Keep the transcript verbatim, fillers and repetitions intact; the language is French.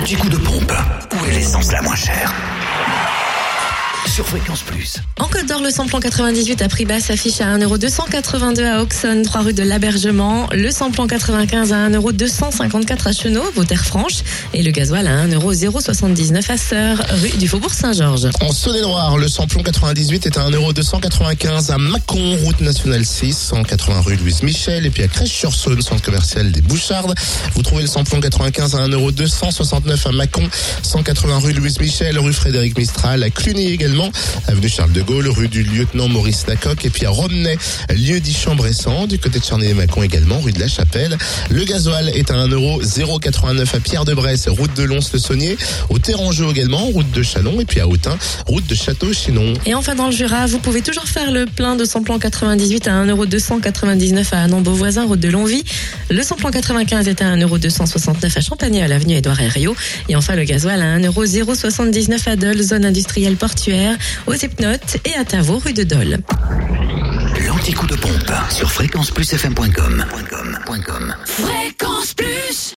L'anti-coup de pompe. Où est l'essence la moins chère? Sur Fréquence Plus. En Côte d'Or, le samplon quatre-vingt-dix-huit à prix bas s'affiche à un euro deux cent quatre-vingt-deux à Auxonne, trois rue de l'Abergement. Le samplon quatre-vingt-quinze à un euro deux cent cinquante-quatre à Chenaux, Vauters-Franche. Et le gasoil à un euro zéro soixante-dix-neuf à Sœur, rue du Faubourg Saint-Georges. En Saône-et-Loire, le samplon quatre-vingt-dix-huit est à un euro deux cent quatre-vingt-quinze à Mâcon, route nationale six, cent quatre-vingts rue Louise Michel. Et puis à Crèche-sur-Saône, centre commercial des Bouchardes. Vous trouvez le samplon quatre-vingt-quinze à un euro deux cent soixante-neuf à Mâcon, cent quatre-vingts rue Louise Michel, rue Frédéric Mistral, à Cluny également, avenue Charles de Gaulle, rue du lieutenant Maurice Lacoque, et puis à Romney, lieu dit Chambressan, du côté de Charny-les-Mâcon également, rue de la Chapelle. Le gasoil est à un euro zéro quatre-vingt-neuf à Pierre-de-Bresse, route de Lons-le-Saunier, au Térangeau également, route de Chalon, et puis à Autun, route de Château-Chinon. Et enfin dans le Jura, vous pouvez toujours faire le plein de samplon quatre-vingt-dix-huit à un euro deux cent quatre-vingt-dix-neuf à Annan-Beauvoisin, route de Longwy. Le samplon quatre-vingt-quinze est à un euro deux cent soixante-neuf à Champagné, à l'avenue Édouard Herriot. Et enfin le gasoil à un euro zéro soixante-dix-neuf à Dole, zone industrielle portuaire, aux Hypnotes et à Tavaux, rue de Dole. L'anti-coup de pompe sur fréquence plus f m point com. Fréquence Plus.